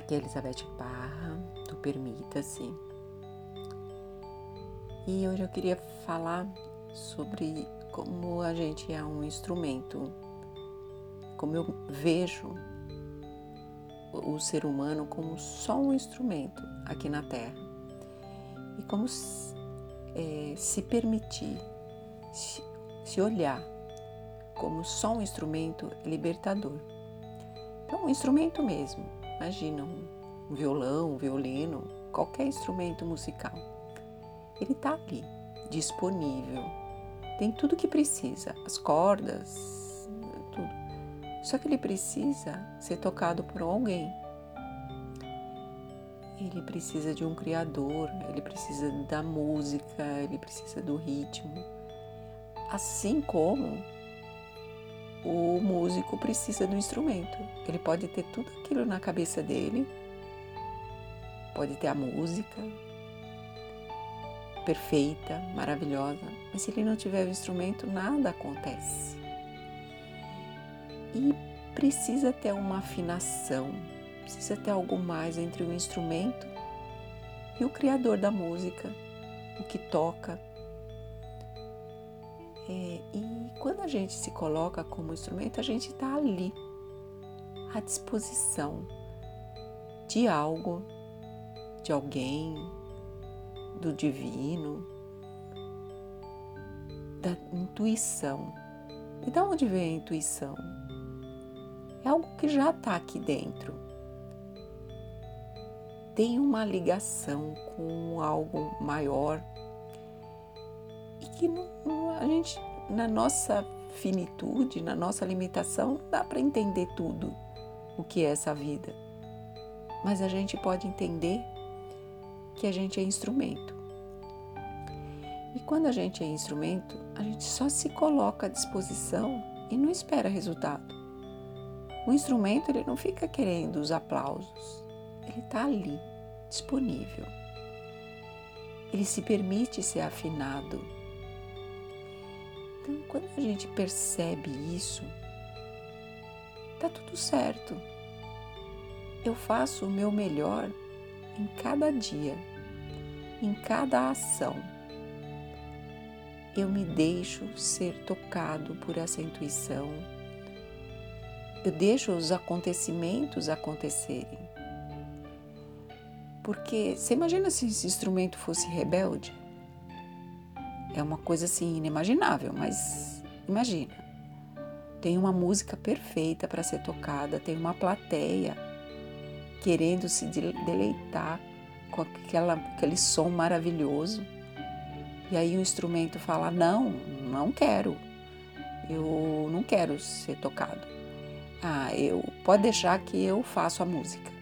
Aqui é Elizabeth Parra, do Permita-se. E hoje eu queria falar sobre como a gente é um instrumento, como eu vejo o ser humano como só um instrumento aqui na Terra. E como se permitir, se olhar como só um instrumento libertador. Então, um instrumento mesmo. Imagina um violão, um violino, qualquer instrumento musical. Ele está ali, disponível. Tem tudo que precisa, as cordas, tudo. Só que ele precisa ser tocado por alguém. Ele precisa de um criador, ele precisa da música, ele precisa do ritmo. Assim como o músico precisa do instrumento. Ele pode ter tudo aquilo na cabeça dele, pode ter a música perfeita, maravilhosa, mas se ele não tiver o instrumento, nada acontece. E precisa ter uma afinação, precisa ter algo mais entre o instrumento e o criador da música, o que toca. E quando a gente se coloca como instrumento, a gente está ali, à disposição de algo, de alguém, do divino, da intuição. E de onde vem a intuição? É algo que já está aqui dentro. Tem uma ligação com algo maior e que a gente, na nossa finitude, na nossa limitação, não dá para entender tudo o que é essa vida. Mas a gente pode entender que a gente é instrumento. E quando a gente é instrumento, a gente só se coloca à disposição e não espera resultado. O instrumento, ele não fica querendo os aplausos. Ele está ali, disponível. Ele se permite ser afinado. Então, quando a gente percebe isso, está tudo certo. Eu faço o meu melhor em cada dia, em cada ação. Eu me deixo ser tocado por essa intuição. Eu deixo os acontecimentos acontecerem. Porque você imagina se esse instrumento fosse rebelde? É uma coisa assim inimaginável, mas imagina. Tem uma música perfeita para ser tocada, tem uma plateia querendo se deleitar com aquele som maravilhoso. E aí o instrumento fala, não quero, eu não quero ser tocado. Pode deixar que eu faço a música.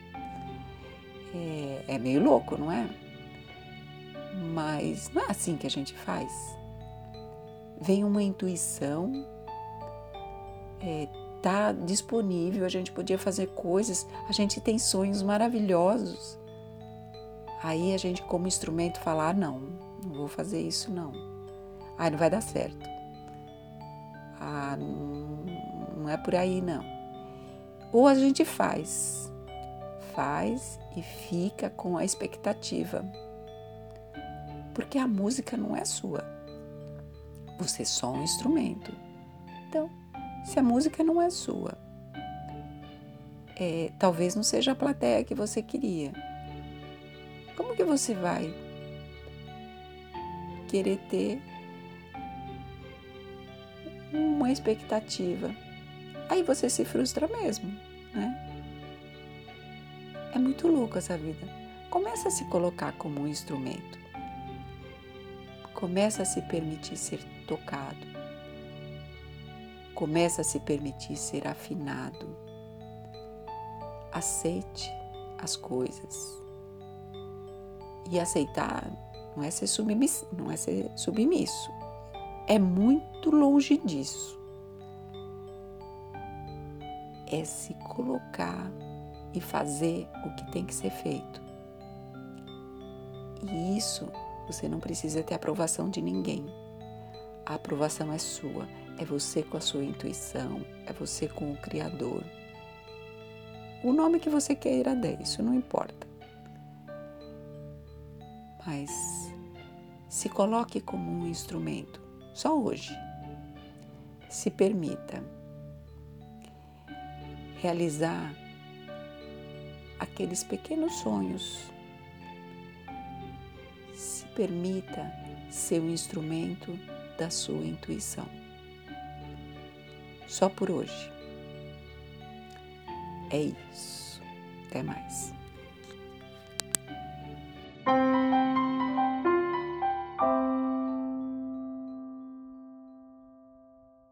É meio louco, não é? Mas não é assim que a gente faz. Vem uma intuição, tá disponível, a gente podia fazer coisas, a gente tem sonhos maravilhosos. Aí a gente, como instrumento, fala, não vou fazer isso não. Não vai dar certo. Não é por aí não. Ou a gente faz e fica com a expectativa. Porque a música não é sua. Você é só um instrumento. Então, se a música não é sua, talvez não seja a plateia que você queria. Como que você vai querer ter uma expectativa? Aí você se frustra mesmo, né? É muito louco essa vida. Começa a se colocar como um instrumento. Começa a se permitir ser tocado. Começa a se permitir ser afinado. Aceite as coisas. E aceitar não é ser submisso. É muito longe disso. É se colocar e fazer o que tem que ser feito. E isso, você não precisa ter aprovação de ninguém. A aprovação é sua. É você com a sua intuição. É você com o Criador. o nome que você queira dar, isso não importa. Mas se coloque como um instrumento, só hoje. Se permita realizar aqueles pequenos sonhos. Se permita ser um instrumento da sua intuição. Só por hoje. É isso. Até mais.